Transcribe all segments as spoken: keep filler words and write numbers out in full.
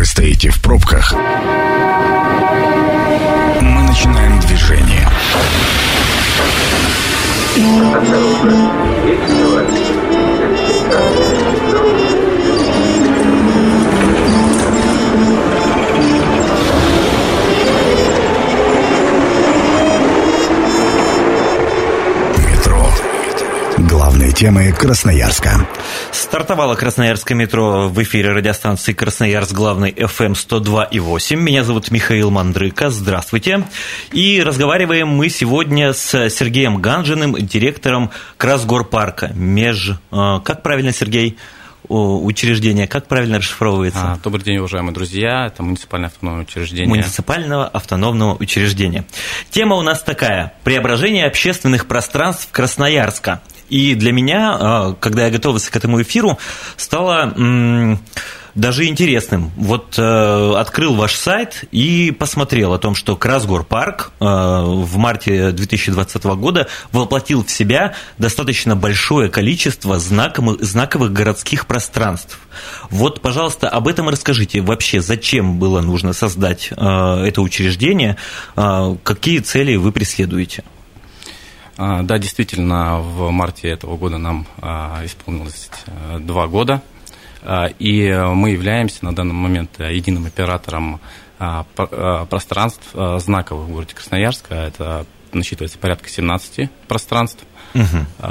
стоите в пробках, мы начинаем движение. Метро. Главные темы Красноярска. Стартовало Красноярское метро в эфире радиостанции «Красноярск», главный эф эм сто два и восемь. Меня зовут Михаил Мандрыка. Здравствуйте. И разговариваем мы сегодня с Сергеем Ганжиным, директором Красгорпарка. Меж... Как правильно, Сергей? Учреждение, как правильно расшифровывается? А, добрый день, уважаемые друзья. Это муниципальное автономное учреждение. Муниципального автономного учреждения. Тема у нас такая: преображение общественных пространств Красноярска. И для меня, когда я готовился к этому эфиру, стало м- даже интересным. Вот э, открыл ваш сайт и посмотрел о том, что Красгорпарк э, в марте две тысячи двадцатого года воплотил в себя достаточно большое количество знаковых, знаковых городских пространств. Вот, пожалуйста, об этом расскажите. Вообще, зачем было нужно создать э, это учреждение? Э, какие цели вы преследуете? Да, действительно, в марте этого года нам исполнилось два года, и мы являемся на данный момент единым оператором пространств знаковых в городе Красноярска. Это насчитывается порядка семнадцати пространств. Угу.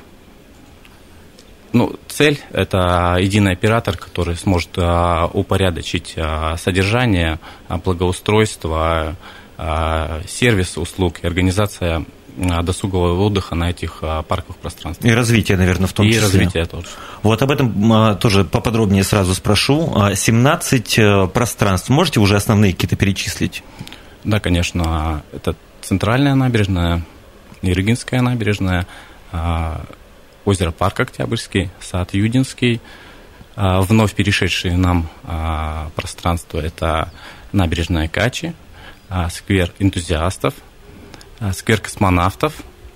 Ну, цель – это единый оператор, который сможет упорядочить содержание, благоустройство, сервис услуг и организация досугового отдыха на этих парковых пространствах. И развитие, наверное, в том и числе. И развитие тоже. Вот об этом тоже поподробнее сразу спрошу. семнадцать пространств. Можете уже основные какие-то перечислить? Да, конечно. Это Центральная набережная, Ирыгинская набережная, озеро Парк Октябрьский, сад Юдинский. Вновь перешедшие нам пространства – это набережная Качи, сквер энтузиастов, сквер космонавтов.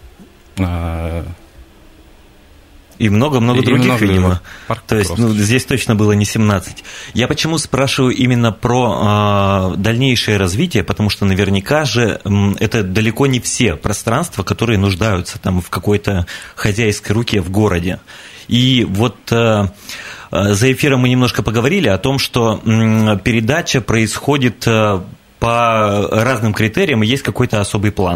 И много-много и других, много видимо. Парк То есть, ну, здесь точно было не семнадцать. Я почему спрашиваю именно про э, дальнейшее развитие, потому что наверняка же э, это далеко не все пространства, которые нуждаются там в какой-то хозяйской руке в городе. И вот э, за эфиром мы немножко поговорили о том, что э, передача происходит э, по разным критериям, и есть какой-то особый план.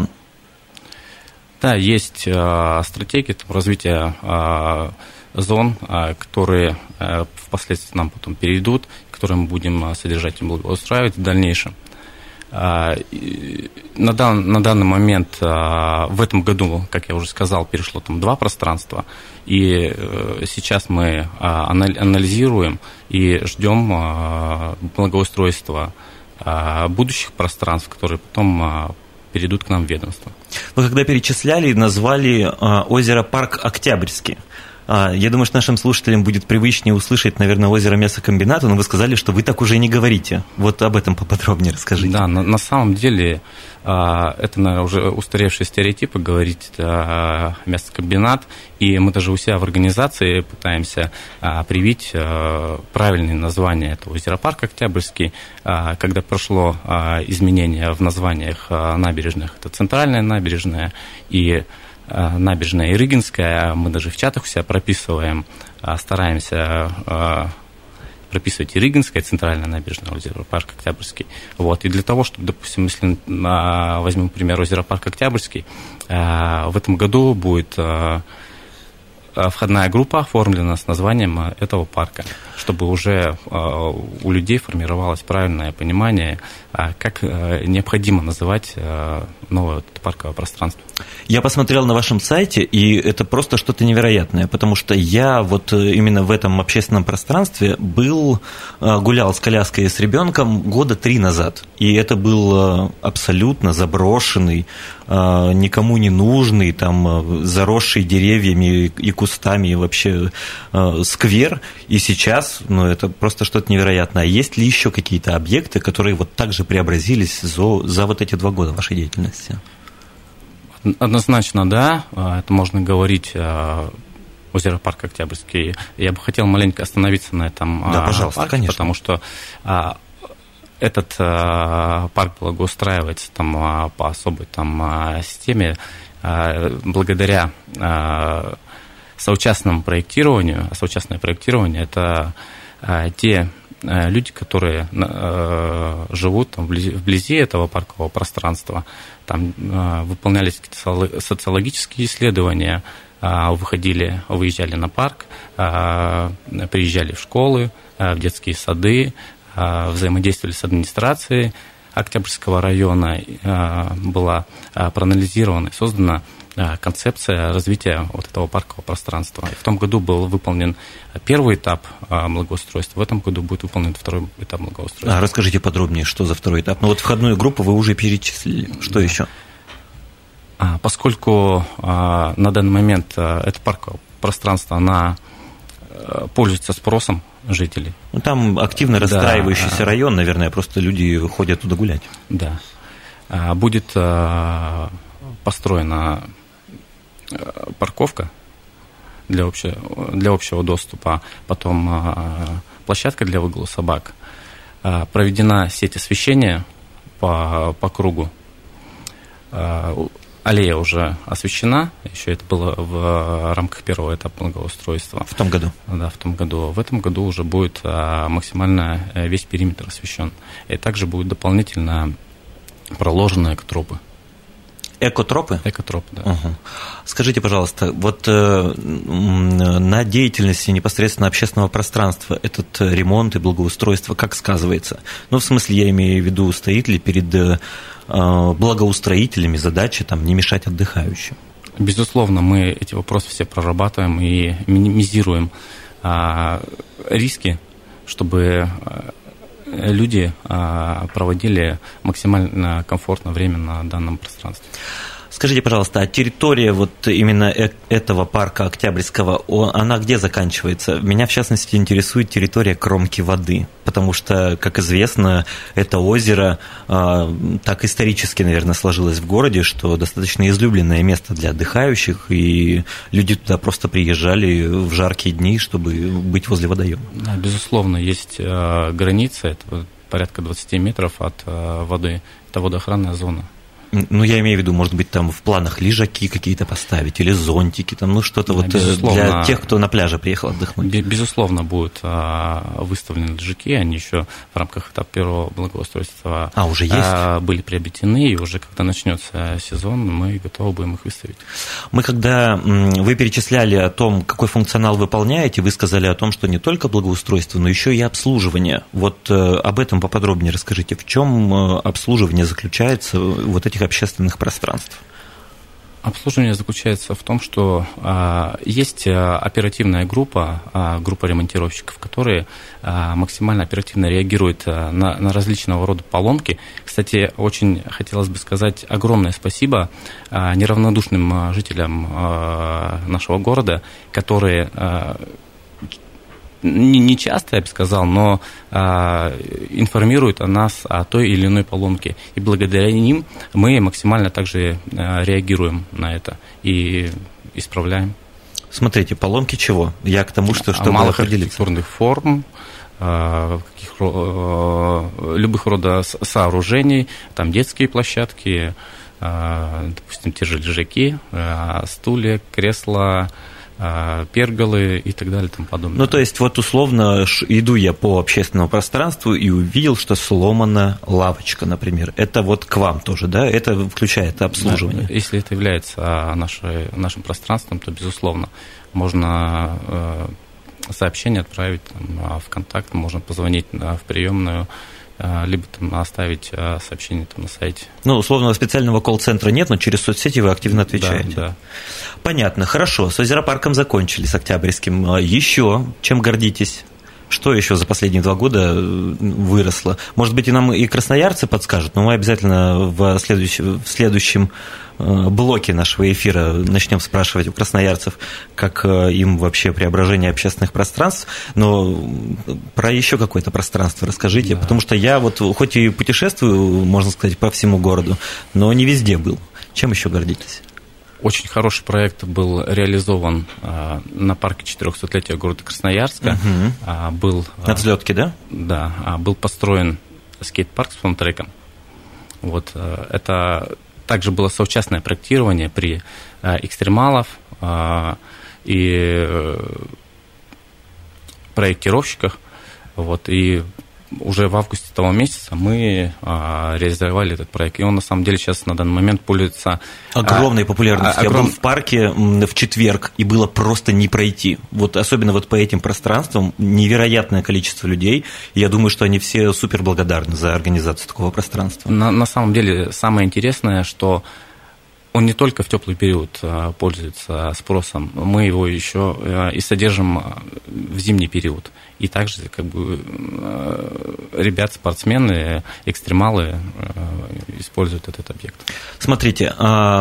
Да, есть э, стратегия развития э, зон, э, которые э, впоследствии нам потом перейдут, которые мы будем содержать и благоустраивать в дальнейшем. Э, на, дан, на данный момент э, в этом году, как я уже сказал, перешло там два пространства, и э, сейчас мы э, анализируем и ждем э, благоустройства э, будущих пространств, которые потом э, перейдут к нам в ведомство. Вы когда перечисляли, назвали э, озеро Парк Октябрьский. Э, я думаю, что нашим слушателям будет привычнее услышать, наверное, озеро Мясокомбината, но вы сказали, что вы так уже не говорите. Вот об этом поподробнее расскажите. Да, на, на самом деле э, это, наверное, уже устаревшие стереотипы говорить э, мясокомбинат, и мы даже у себя в организации пытаемся э, привить э, правильное название этого озера Парк Октябрьский. Э, когда прошло э, изменение в названиях э, набережных, это Центральная набережная и набережная Ирыгинская, мы даже в чатах у себя прописываем, стараемся прописывать Ирыгинская, Центральная набережная, озеро Парк Октябрьский. Вот. И для того, чтобы, допустим, если возьмем, например, озеро Парк Октябрьский, в этом году будет входная группа оформлена с названием этого парка, чтобы уже у людей формировалось правильное понимание, как необходимо называть новое парковое пространство. Я посмотрел на вашем сайте, и это просто что-то невероятное, потому что я вот именно в этом общественном пространстве был, гулял с коляской и с ребенком года три назад, и это был абсолютно заброшенный, никому не нужный, там, заросший деревьями и кустами вообще сквер, и сейчас, ну, это просто что-то невероятное. А есть ли еще какие-то объекты, которые вот так же преобразились за, за вот эти два года вашей деятельности? Однозначно, да, это можно говорить озеро Парк Октябрьский. Я бы хотел маленько остановиться на этом да, пожалуйста, парке, конечно. потому что этот парк благоустраивается там по особой там системе, благодаря соучастному проектированию. А соучастное проектирование – это те люди, которые живут там вблизи, вблизи этого паркового пространства. Там выполнялись какие-то социологические исследования, выходили, выезжали на парк, приезжали в школы, в детские сады, взаимодействовали с администрацией Октябрьского района, была проанализирована и создана концепция развития вот этого паркового пространства. В том году был выполнен первый этап благоустройства, в этом году будет выполнен второй этап благоустройства. А расскажите подробнее, что за второй этап? Ну вот входную группу вы уже перечислили. Что да. еще? Поскольку на данный момент это парковое пространство, она пользуется спросом жителей. Ну, там активно расстраивающийся да. район, наверное, просто люди ходят туда гулять. Да. Будет построена парковка для общего, для общего доступа, потом площадка для выгула собак, проведена сеть освещения по, по кругу, аллея уже освещена, еще это было в рамках первого этапа благоустройства. В том году? Да, в том году. В этом году уже будет максимально весь периметр освещен. И также будет дополнительно проложены экотропы. Экотропы? Экотропы, да. Угу. Скажите, пожалуйста, вот э, на деятельности непосредственно общественного пространства этот ремонт и благоустройство как сказывается? Ну, в смысле, я имею в виду, стоит ли перед э, благоустроителями задача там, не мешать отдыхающим? Безусловно, мы эти вопросы все прорабатываем и минимизируем э, риски, чтобы люди проводили максимально комфортное время на данном пространстве. Скажите, пожалуйста, а территория вот именно этого парка Октябрьского, она где заканчивается? Меня, в частности, интересует территория кромки воды, потому что, как известно, это озеро так исторически, наверное, сложилось в городе, что достаточно излюбленное место для отдыхающих, и люди туда просто приезжали в жаркие дни, чтобы быть возле водоема. Да, безусловно, есть граница, это порядка двадцать метров от воды, это водоохранная зона. Ну, я имею в виду, может быть, там в планах лежаки какие-то поставить или зонтики, там, ну, что-то да, вот для тех, кто на пляже приехал отдохнуть. Безусловно, будут а, выставлены лежаки, они еще в рамках этапа первого благоустройства а, уже есть? А, были приобретены, и уже когда начнется сезон, мы готовы будем их выставить. Мы когда вы перечисляли о том, какой функционал выполняете, вы сказали о том, что не только благоустройство, но еще и обслуживание. Вот об этом поподробнее расскажите. В чем обслуживание заключается вот этих общественных пространств? Обслуживание заключается в том, что а, есть оперативная группа, а, группа ремонтировщиков, которые а, максимально оперативно реагируют а, на, на различного рода поломки. Кстати, очень хотелось бы сказать огромное спасибо а, неравнодушным а, жителям а, нашего города, которые а, Не, не часто, я бы сказал, но а, информируют о нас о той или иной поломке. И благодаря ним мы максимально также а, реагируем на это и исправляем. Смотрите, поломки чего? Я к тому, что чтобы малых архитектурных форм, а, каких, а, любых рода сооружений, там детские площадки, а, допустим, те же лежаки, а, стулья, кресла, перголы и так далее и тому подобное. Ну, то есть, вот условно, иду я по общественному пространству и увидел, что сломана лавочка, например. Это вот к вам тоже, да? Это включает обслуживание? Да, если это является нашей, нашим пространством, то, безусловно, можно сообщение отправить там, в контакт, можно позвонить в приемную, либо там оставить сообщение там на сайте. Ну, условного специального колл-центра нет, но через соцсети вы активно отвечаете. Да, да. Понятно, хорошо. С озеропарком закончили, с Октябрьским. Еще чем гордитесь? Что еще за последние два года выросло? Может быть, и нам и красноярцы подскажут, но мы обязательно в следующем, в следующем блоке нашего эфира начнем спрашивать у красноярцев, как им вообще преображение общественных пространств. Но про еще какое-то пространство расскажите, да. Потому что я вот хоть и путешествую, можно сказать, по всему городу, но не везде был. Чем еще гордитесь? Очень хороший проект был реализован а, на парке четырехсотлетия города Красноярска. Угу. А, был, на взлетке, да? Да, а, был построен скейт-парк с флом-треком. Вот, это также было совместное проектирование при экстремалов и проектировщиках. Вот, и уже в августе того месяца мы а, реализовали этот проект. И он, на самом деле, сейчас на данный момент пользуется огромной популярностью. Огром... Я был в парке в четверг, и было просто не пройти. Вот особенно вот по этим пространствам невероятное количество людей. И я думаю, что они все супер благодарны за организацию такого пространства. На, на самом деле, самое интересное, что он не только в теплый период пользуется спросом, мы его еще и содержим в зимний период. И также как бы ребят, спортсмены, экстремалы используют этот объект. Смотрите,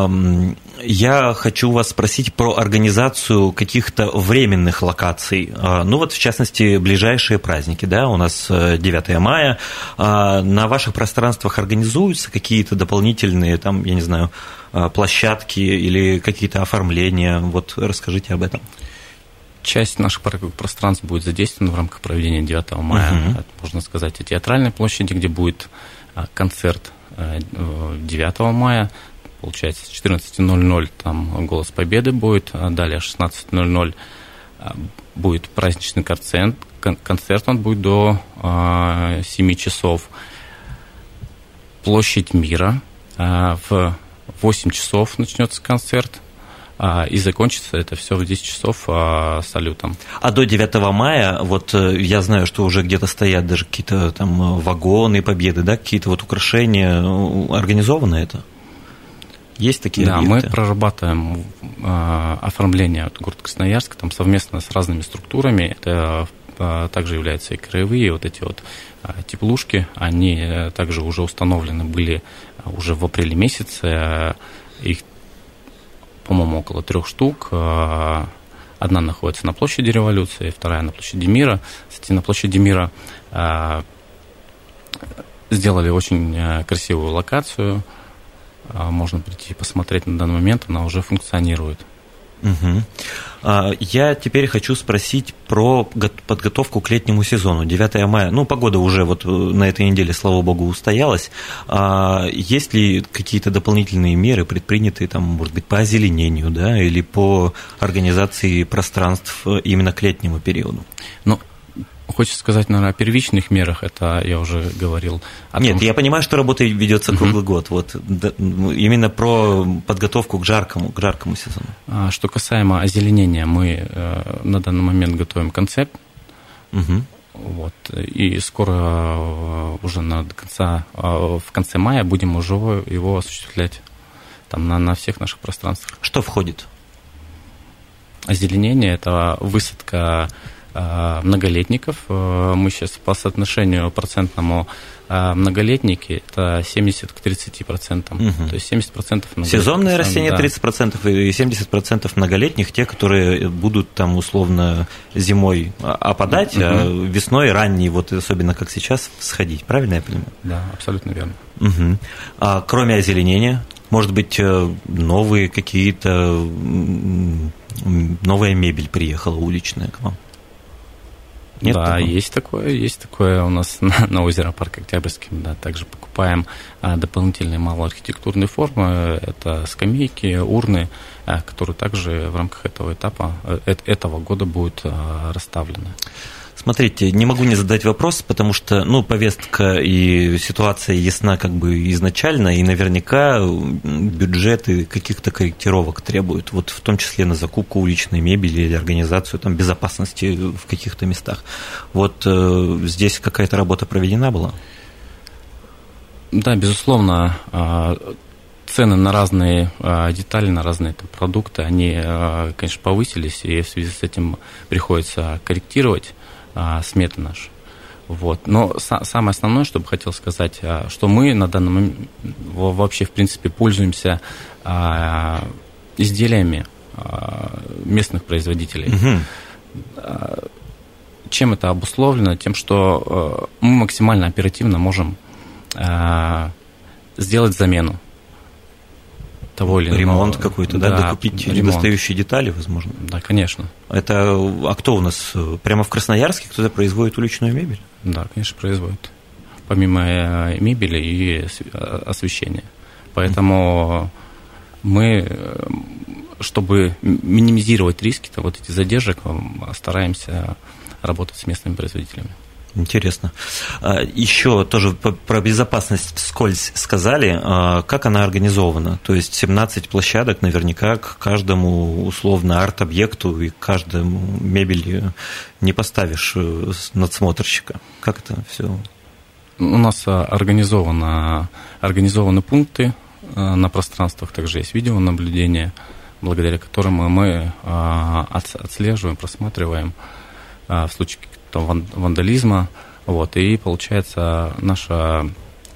я хочу вас спросить про организацию каких-то временных локаций. Ну вот, в частности, ближайшие праздники, да, у нас девятое мая. На ваших пространствах организуются какие-то дополнительные, там, я не знаю, площадки или какие-то оформления? Вот расскажите об этом. Часть наших парковых пространств будет задействована в рамках проведения девятого мая. Uh-huh. Это, можно сказать, о театральной площади, где будет концерт девятого мая. Получается, с четырнадцати ноль-ноль там «Голос Победы» будет. Далее, в шестнадцать ноль-ноль будет праздничный концерт. Концерт он будет до семи часов. Площадь Мира. В восемь часов начнется концерт. И закончится это все в десять часов а, салютом. А до девятого мая, вот я знаю, что уже где-то стоят даже какие-то там вагоны Победы, да, какие-то вот украшения. Организовано это? Есть такие да, объекты? Мы прорабатываем а, оформление города Красноярска там совместно с разными структурами. Это а, также являются и краевые вот эти вот а, теплушки. Они а, также уже установлены были а, уже в апреле месяце. А, их по-моему, около трех штук. Одна находится на площади Революции, вторая на площади Мира. Кстати, на площади Мира сделали очень красивую локацию. Можно прийти и посмотреть на данный момент, она уже функционирует. Угу. Я теперь хочу спросить про подготовку к летнему сезону. девятое мая, ну, погода уже вот на этой неделе, слава богу, устоялась. Есть ли какие-то дополнительные меры, предпринятые, там, может быть, по озеленению, да, или по организации пространств именно к летнему периоду? Ну, хочется сказать, наверное, о первичных мерах, это я уже говорил. О Нет, том, я что... понимаю, что работа ведется круглый uh-huh. год, вот, да, именно про подготовку к жаркому, к жаркому сезону. Что касаемо озеленения, мы э, на данный момент готовим концепт, uh-huh. вот, и скоро э, уже на до конца, э, в конце мая будем уже его осуществлять там, на, на всех наших пространствах. Что входит? Озеленение – это высадка многолетников. Мы сейчас по соотношению процентному многолетники это семьдесят к тридцати процентам. Угу. То есть семьдесят процентов сезонные растения, да. тридцать процентов и семьдесят процентов многолетних, те, которые будут там условно зимой опадать, угу. а весной ранней, вот особенно как сейчас, всходить. Правильно я понимаю? Да, абсолютно верно. Угу. А кроме озеленения, может быть, новые какие-то, новая мебель приехала уличная к вам? Нет да, такого? есть такое, есть такое у нас на, на озеро Парк Октябрьский, да, также покупаем а, дополнительные малоархитектурные формы, это скамейки, урны, а, которые также в рамках этого этапа, э, этого года будут а, расставлены. Смотрите, не могу не задать вопрос, потому что, ну, повестка и ситуация ясна как бы изначально, и наверняка бюджеты каких-то корректировок требуют, вот в том числе на закупку уличной мебели или организацию там, безопасности в каких-то местах. Вот э, здесь какая-то работа проведена была? Да, безусловно, цены на разные детали, на разные там, продукты, они, конечно, повысились, и в связи с этим приходится корректировать сметы наши. Вот. Но са- самое основное, что бы хотел сказать, что мы на данный момент вообще, в принципе, пользуемся а, изделиями а, местных производителей. Угу. А, чем это обусловлено? Тем, что а, мы максимально оперативно можем а, сделать замену того или иного. Ремонт какой-то, да, да докупить ремонт. недостающие детали, возможно. Да, конечно. Это, а кто у нас? Прямо в Красноярске кто-то производит уличную мебель? Да, конечно, производит. помимо мебели и освещения. Поэтому мы, чтобы минимизировать риски, то вот эти задержек, стараемся работать с местными производителями. Интересно. Еще тоже про безопасность вскользь сказали. Как она организована? То есть семнадцать площадок наверняка к каждому условно арт-объекту и к каждому мебели не поставишь надсмотрщика. Как это все? У нас организовано, организованы пункты на пространствах, также есть видеонаблюдение, благодаря которому мы отслеживаем, просматриваем в случае вандализма, вот, и получается наше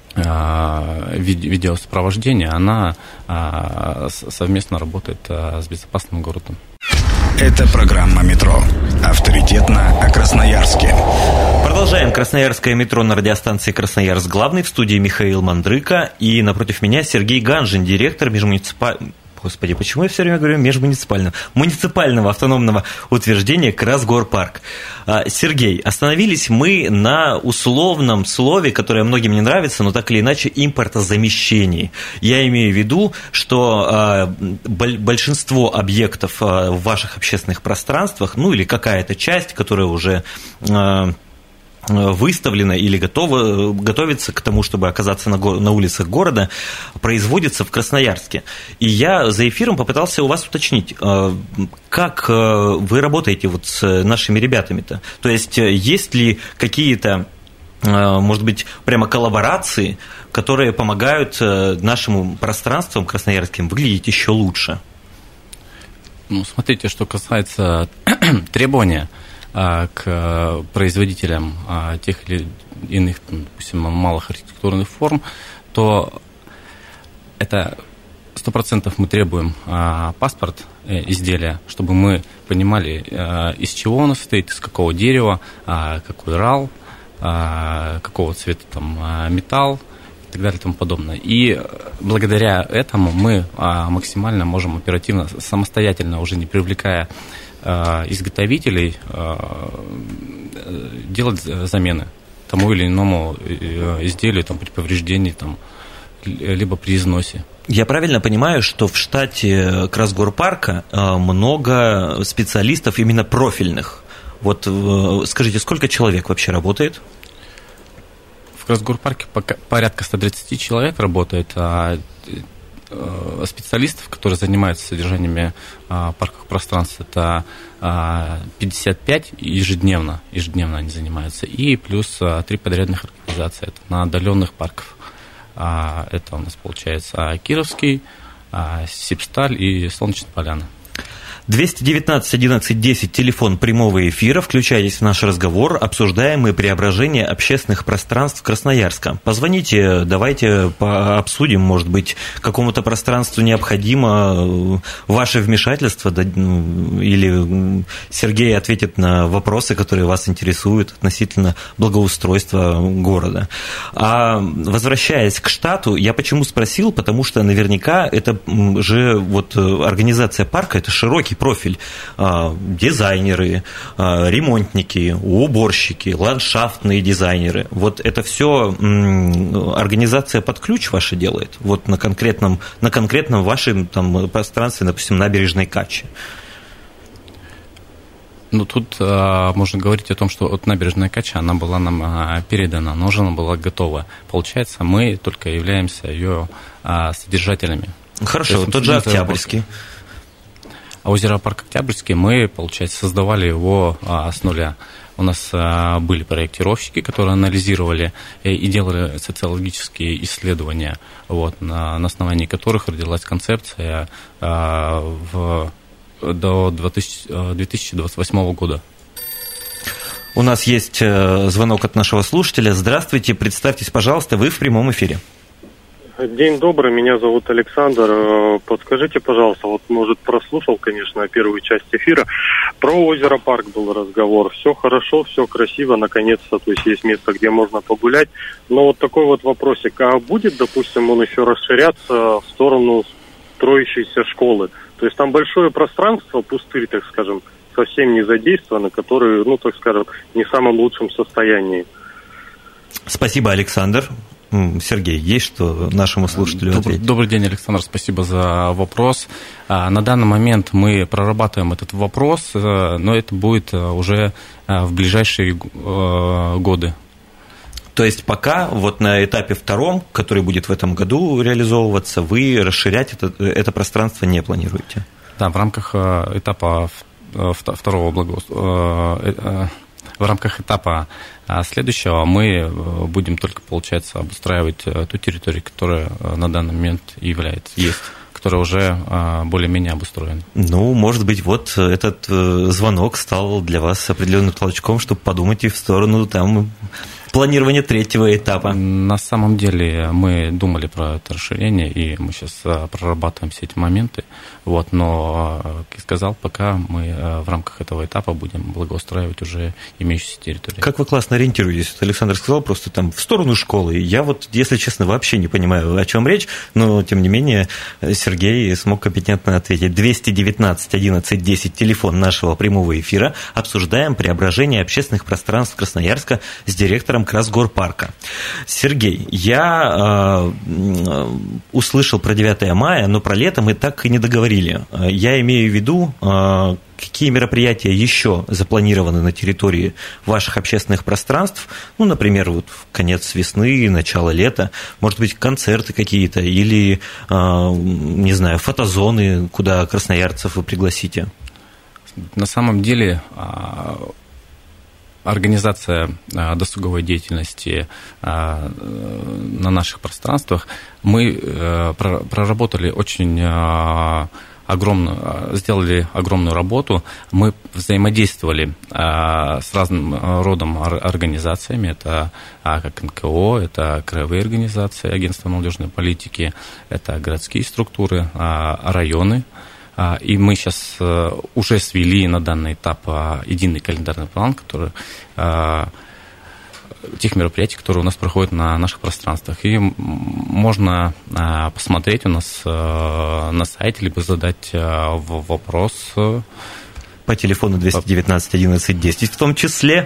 э, видеосопровождение, она э, совместно работает э, с безопасным городом. Это программа «Метро». Авторитетно о Красноярске. Продолжаем. Красноярское метро на радиостанции «Красноярск главный». В студии Михаил Мандрыка. И напротив меня Сергей Ганжин, директор межмуниципального... Господи, почему я все время говорю межмуниципального? Муниципального автономного утверждения Красгорпарк. Сергей, остановились мы на условном слове, которое многим не нравится, но так или иначе импортозамещении. Я имею в виду, что большинство объектов в ваших общественных пространствах, ну или какая-то часть, которая уже выставлена или готова, готовится к тому, чтобы оказаться на, го- на улицах города, производится в Красноярске. И я за эфиром попытался у вас уточнить, как вы работаете вот с нашими ребятами-то? То есть есть ли какие-то, может быть, прямо коллаборации, которые помогают нашим пространствам красноярским выглядеть еще лучше? Ну, смотрите, что касается требования к производителям тех или иных, допустим, малых архитектурных форм, то это сто процентов мы требуем паспорт изделия, чтобы мы понимали, из чего оно состоит, из какого дерева, какой рал, какого цвета там металл и так далее и тому подобное. И благодаря этому мы максимально можем оперативно, самостоятельно, уже не привлекая изготовителей, делать замены тому или иному изделию там, при повреждении, там, либо при износе. Я правильно понимаю, что в штате Красгорпарка много специалистов именно профильных? Вот скажите, сколько человек вообще работает? В Красгорпарке порядка сто тридцать человек работает, а специалистов, которые занимаются содержанием а, парковых пространств, это а, пятьдесят пять ежедневно, ежедневно они занимаются, и плюс а, три подрядных организации, это на отдаленных парках. А, это у нас получается Кировский, а, Сибсталь и Солнечная Поляна. двести девятнадцать одиннадцать десять, телефон прямого эфира. Включайтесь в наш разговор. Обсуждаем мы преображение общественных пространств Красноярска. Позвоните, давайте обсудим, может быть, какому-то пространству необходимо ваше вмешательство, или Сергей ответит на вопросы, которые вас интересуют относительно благоустройства города. А возвращаясь к штату, я почему спросил, потому что наверняка это же вот организация парка, это широкий профиль. Дизайнеры, ремонтники, уборщики, ландшафтные дизайнеры. Вот это все организация под ключ ваша делает? Вот на конкретном, на конкретном вашем там, пространстве, допустим, набережной Качи? Ну, тут а, можно говорить о том, что вот набережная Кача, она была нам а, передана, но уже она была готова. Получается, мы только являемся ее а, содержателями. Хорошо, вот тот же Октябрьский. А озеропарк Октябрьский мы, получается, создавали его а, с нуля. У нас а, были проектировщики, которые анализировали и, и делали социологические исследования, вот, на, на основании которых родилась концепция а, в, до две тысячи двадцать восьмого года. У нас есть звонок от нашего слушателя. Здравствуйте, представьтесь, пожалуйста, вы в прямом эфире. День добрый, меня зовут Александр. Подскажите, пожалуйста, вот, может, прослушал, конечно, первую часть эфира. Про озеропарк был разговор. Все хорошо, все красиво, наконец-то, то есть есть место, где можно погулять. Но вот такой вот вопросик. А будет, допустим, он еще расширяться в сторону строящейся школы? То есть там большое пространство, пустырь, так скажем, совсем не задействовано, который, ну, так скажем, не в самом лучшем состоянии. Спасибо, Александр. Сергей, есть что нашему слушателю Добрый, ответить? Добрый день, Александр, спасибо за вопрос. На данный момент мы прорабатываем этот вопрос, но это будет уже в ближайшие годы. То есть пока вот на этапе втором, который будет в этом году реализовываться, вы расширять это, это пространство не планируете? Да, в рамках этапа второго благоустройства, в рамках этапа следующего мы будем только, получается, обустраивать ту территорию, которая на данный момент является, есть, которая уже более-менее обустроена. Ну, может быть, вот этот звонок стал для вас определенным толчком, чтобы подумать и в сторону там планирования третьего этапа. На самом деле мы думали про это расширение, и мы сейчас прорабатываем все эти моменты. Вот, но, как я сказал, пока мы в рамках этого этапа будем благоустраивать уже имеющиеся территории. Как вы классно ориентируетесь? Александр сказал просто там в сторону школы. Я вот, если честно, вообще не понимаю, о чем речь, но, тем не менее, Сергей смог компетентно ответить. двести девятнадцать одиннадцать десять, телефон нашего прямого эфира. Обсуждаем преображение общественных пространств Красноярска с директором Красгорпарка. Сергей, я э, услышал про девятое мая, но про лето мы так и не договорили. Я имею в виду, э, какие мероприятия еще запланированы на территории ваших общественных пространств, ну, например, вот в конец весны, начало лета, может быть, концерты какие-то или, э, не знаю, фотозоны, куда красноярцев вы пригласите? На самом деле, организация досуговой деятельности на наших пространствах, мы проработали очень огромную, сделали огромную работу. Мы взаимодействовали с разным родом организациями. Это как эн ка о, это краевые организации, агентство молодежной политики, это городские структуры, районы. И мы сейчас уже свели на данный этап единый календарный план, который, тех мероприятий, которые у нас проходят на наших пространствах. И можно посмотреть у нас на сайте, либо задать вопрос по телефону двести девятнадцать одиннадцать десять в том числе,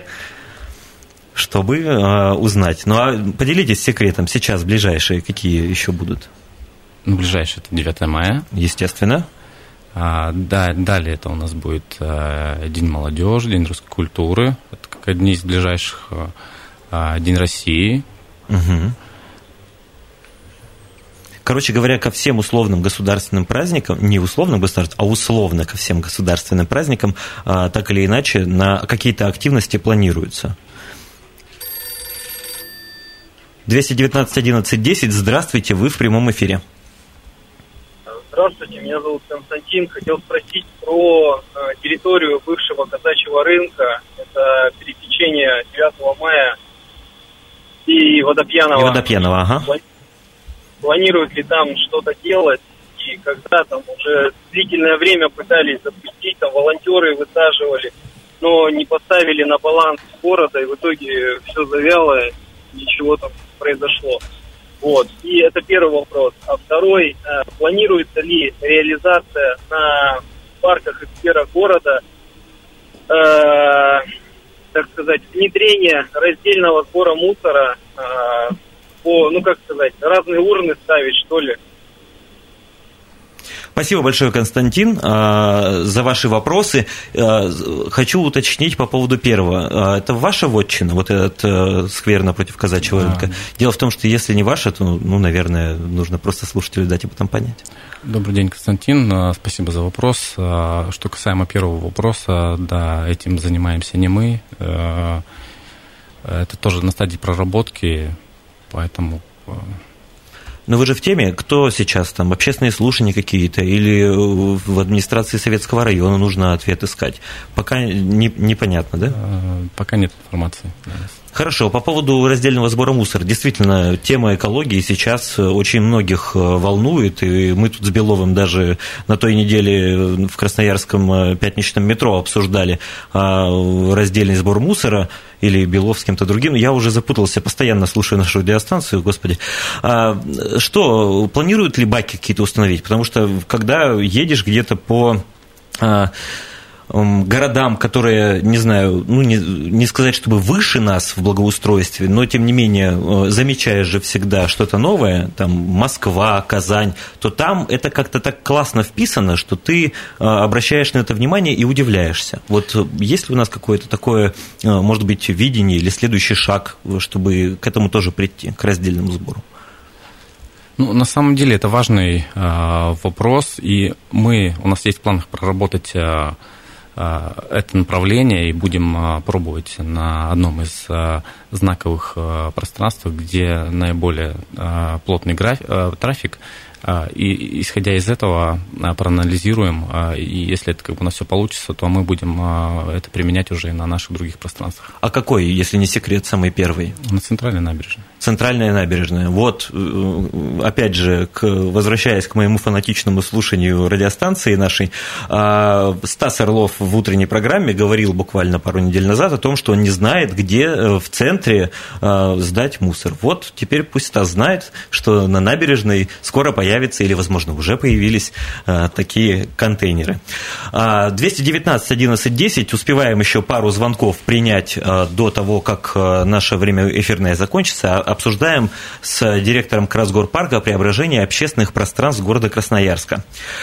чтобы узнать. Ну, а поделитесь секретом сейчас, ближайшие, какие еще будут? Ну, ближайшие – это девятое мая. Естественно. А, да, далее это у нас будет а, День молодежи, День русской культуры. Это как одни из ближайших. А, День России. Угу. Короче говоря, ко всем условным государственным праздникам, не условным государственным, а условно ко всем государственным праздникам, а, так или иначе, на какие-то активности планируются. двести девятнадцать одиннадцать десять, здравствуйте, вы в прямом эфире. Здравствуйте, меня зовут Константин. Хотел спросить про э, территорию бывшего казачьего рынка. Это пересечение девятого мая и Водопьянова. И Водопьянова, ага. Планируют ли там что-то делать? И когда там уже длительное время пытались запустить, там волонтеры высаживали, но не поставили на баланс города, и в итоге все завяло, ничего там не произошло. Вот. И это первый вопрос. А второй, э, планируется ли реализация на парках и сферах города, э, так сказать, внедрение раздельного сбора мусора, э, по, ну как сказать, разные урны ставить, что ли? Спасибо большое, Константин, за ваши вопросы. Хочу уточнить по поводу первого. Это ваша вотчина, вот этот сквер напротив казачьего да. рынка? Дело в том, что если не ваша, то, ну, наверное, нужно просто слушателю дать об этом понять. Добрый день, Константин. Спасибо за вопрос. Что касаемо первого вопроса, да, этим занимаемся не мы. Это тоже на стадии проработки, поэтому... Но вы же в теме, кто сейчас там, общественные слушания какие-то, или в администрации Советского района нужно ответ искать? Пока не, непонятно, да? Пока нет информации. Хорошо, по поводу раздельного сбора мусора. Действительно, тема экологии сейчас очень многих волнует, и мы тут с Беловым даже на той неделе в Красноярском пятничном метро обсуждали раздельный сбор мусора, или Белов с кем-то другим. Я уже запутался, постоянно слушаю нашу радиостанцию, господи. Что, планируют ли баки какие-то установить? Потому что, когда едешь где-то по... городам, которые, не знаю, ну, не, не сказать, чтобы выше нас в благоустройстве, но, тем не менее, замечаешь же всегда что-то новое, там, Москва, Казань, то там это как-то так классно вписано, что ты обращаешь на это внимание и удивляешься. Вот есть ли у нас какое-то такое, может быть, видение или следующий шаг, чтобы к этому тоже прийти, к раздельному сбору? Ну, на самом деле это важный э, вопрос, и мы, у нас есть в планах проработать э, э, это направление, и будем э, пробовать на одном из э, знаковых э, пространств, где наиболее э, плотный граф, э, трафик, э, и исходя из этого э, проанализируем, э, и если это как бы у нас все получится, то мы будем э, это применять уже и на наших других пространствах. А какой, если не секрет, самый первый? На центральной набережной. Центральная набережная. Вот, опять же, к, возвращаясь к моему фанатичному слушанию радиостанции нашей, Стас Орлов в утренней программе говорил буквально пару недель назад о том, что он не знает, где в центре сдать мусор. Вот теперь пусть Стас знает, что на набережной скоро появятся, или, возможно, уже появились такие контейнеры. двести девятнадцать одиннадцать десять, успеваем еще пару звонков принять до того, как наше время эфирное закончится. Обсуждаем с директором Красгорпарка преображение общественных пространств города Красноярска.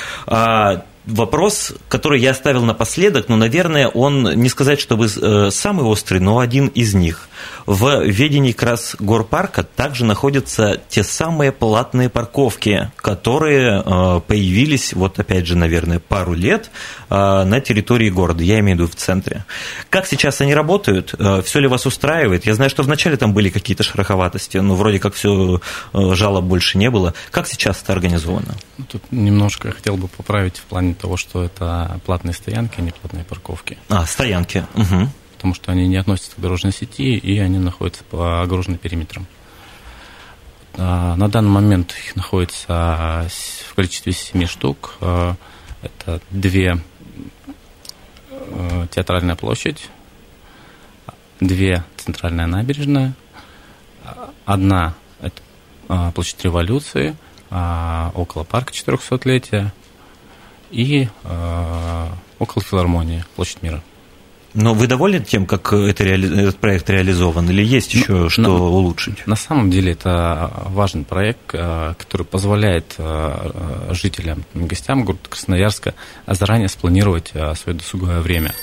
Вопрос, который я оставил напоследок, но, наверное, он, не сказать, чтобы самый острый, но один из них. В ведении Красгорпарка также находятся те самые платные парковки, которые появились, вот опять же, наверное, пару лет на территории города, я имею в виду в центре. Как сейчас они работают? Все ли вас устраивает? Я знаю, что вначале там были какие-то шероховатости, но вроде как все, жалоб больше не было. Как сейчас это организовано? Тут немножко я хотел бы поправить в плане того, что это платные стоянки, а не платные парковки. А, стоянки. Угу. Потому что они не относятся к дорожной сети, и они находятся огорожены периметром. На данный момент их находится в количестве семи штук. Это две Театральная площадь, две Центральная набережная, одна это площадь Революции, около парка четырехсотлетия и около филармонии, площадь Мира. Но вы довольны тем, как это реали... этот проект реализован, или есть еще ну, что на, улучшить? На самом деле это важный проект, который позволяет жителям, гостям города Красноярска заранее спланировать свое досуговое время.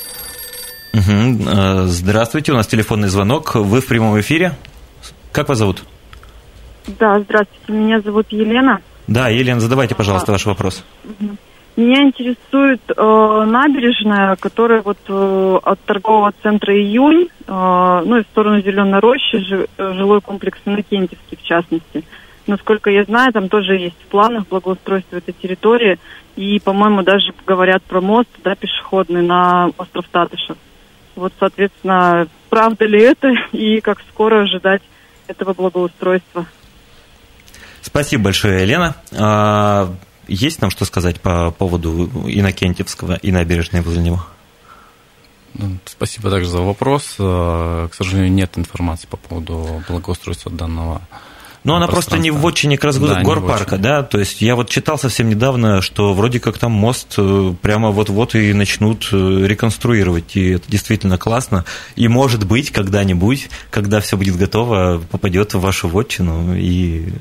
Угу. Здравствуйте, у нас телефонный звонок, вы в прямом эфире. Как вас зовут? Да, здравствуйте, меня зовут Елена. Да, Елена, задавайте, пожалуйста, ваш вопрос. Угу. Меня интересует э, набережная, которая вот э, от торгового центра «Июнь», э, ну и в сторону Зеленой рощи, ж, жилой комплекс Иннокентьевский в частности. Насколько я знаю, там тоже есть в планах благоустройства этой территории, и, по-моему, даже говорят про мост, да, пешеходный на остров Татышев. Вот, соответственно, правда ли это и как скоро ожидать этого благоустройства? Спасибо большое, Елена. Есть нам что сказать по поводу Иннокентьевского и набережной возле него? Спасибо также за вопрос. К сожалению, нет информации по поводу благоустройства данного. Но она просто не в отчине Красгорпарка, да, то есть я вот читал совсем недавно, что вроде как там мост прямо вот-вот и начнут реконструировать, и это действительно классно, и может быть когда-нибудь, когда все будет готово, попадет в вашу вотчину, и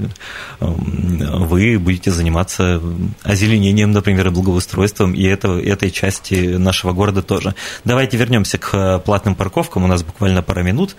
вы будете заниматься озеленением, например, и благоустройством, и это, этой части нашего города тоже. Давайте вернемся к платным парковкам, у нас буквально пара минут.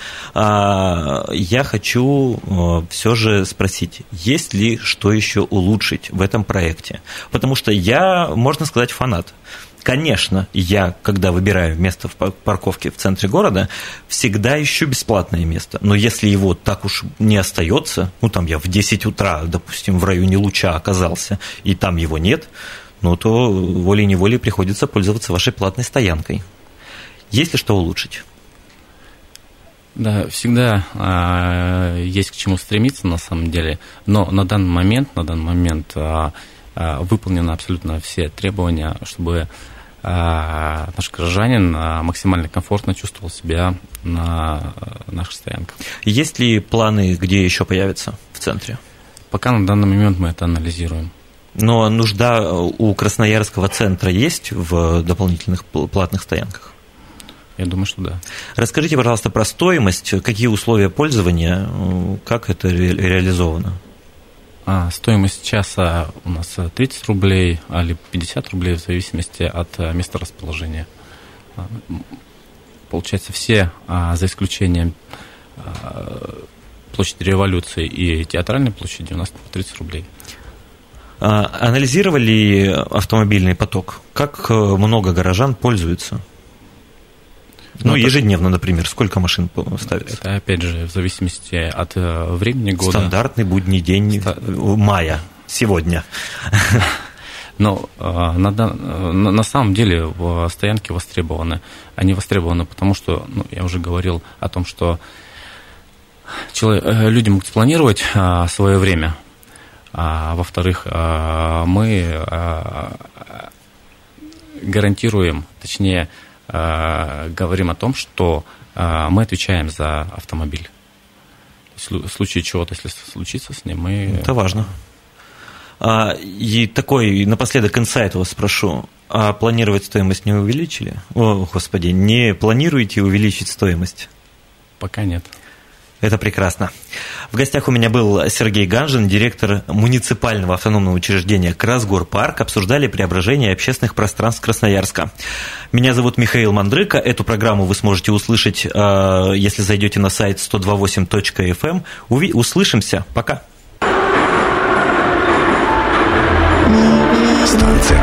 Я хочу все же спросить, есть ли что еще улучшить в этом проекте? Потому что я, можно сказать, фанат. Конечно, я, когда выбираю место в парковке в центре города, всегда ищу бесплатное место. Но если его так уж не остается, ну там я в десять утра, допустим, в районе Луча оказался, и там его нет, ну то волей-неволей приходится пользоваться вашей платной стоянкой. Есть ли что улучшить? Да, всегда э, есть к чему стремиться на самом деле, но на данный момент, на данный момент э, э, выполнены абсолютно все требования, чтобы э, наш горожанин э, максимально комфортно чувствовал себя на э, наших стоянках. Есть ли планы, где еще появится в центре? Пока на данный момент мы это анализируем. Но нужда у Красноярского центра есть в дополнительных платных стоянках? Я думаю, что да. Расскажите, пожалуйста, про стоимость, какие условия пользования, как это ре- реализовано? А, стоимость часа у нас тридцать рублей, или пятьдесят рублей, в зависимости от места расположения. Получается, все, за исключением площади Революции и Театральной площади, у нас по тридцать рублей. А, анализировали автомобильный поток? Как много горожан пользуются? Ну, ну ежедневно, например, сколько машин ставится? Это, опять же, в зависимости от времени года. Стандартный будний день Ста... мая, сегодня. Но на, на, на самом деле стоянки востребованы. Они востребованы, потому что, ну, я уже говорил о том, что человек, люди могут спланировать а, свое время. А, во-вторых, а, мы а, гарантируем, точнее, а, говорим о том, что а, мы отвечаем за автомобиль. В случае чего-то, если случится с ним, мы... Это важно. А, и такой напоследок инсайт вас спрошу. А планировать стоимость не увеличили? О, господи, не планируете увеличить стоимость? Пока нет. Это прекрасно. В гостях у меня был Сергей Ганжин, директор муниципального автономного учреждения Красгорпарк. Обсуждали преображение общественных пространств Красноярска. Меня зовут Михаил Мандрыка. Эту программу вы сможете услышать, если зайдете на сайт сто два восемь точка эф эм. Услышимся. Пока. Станция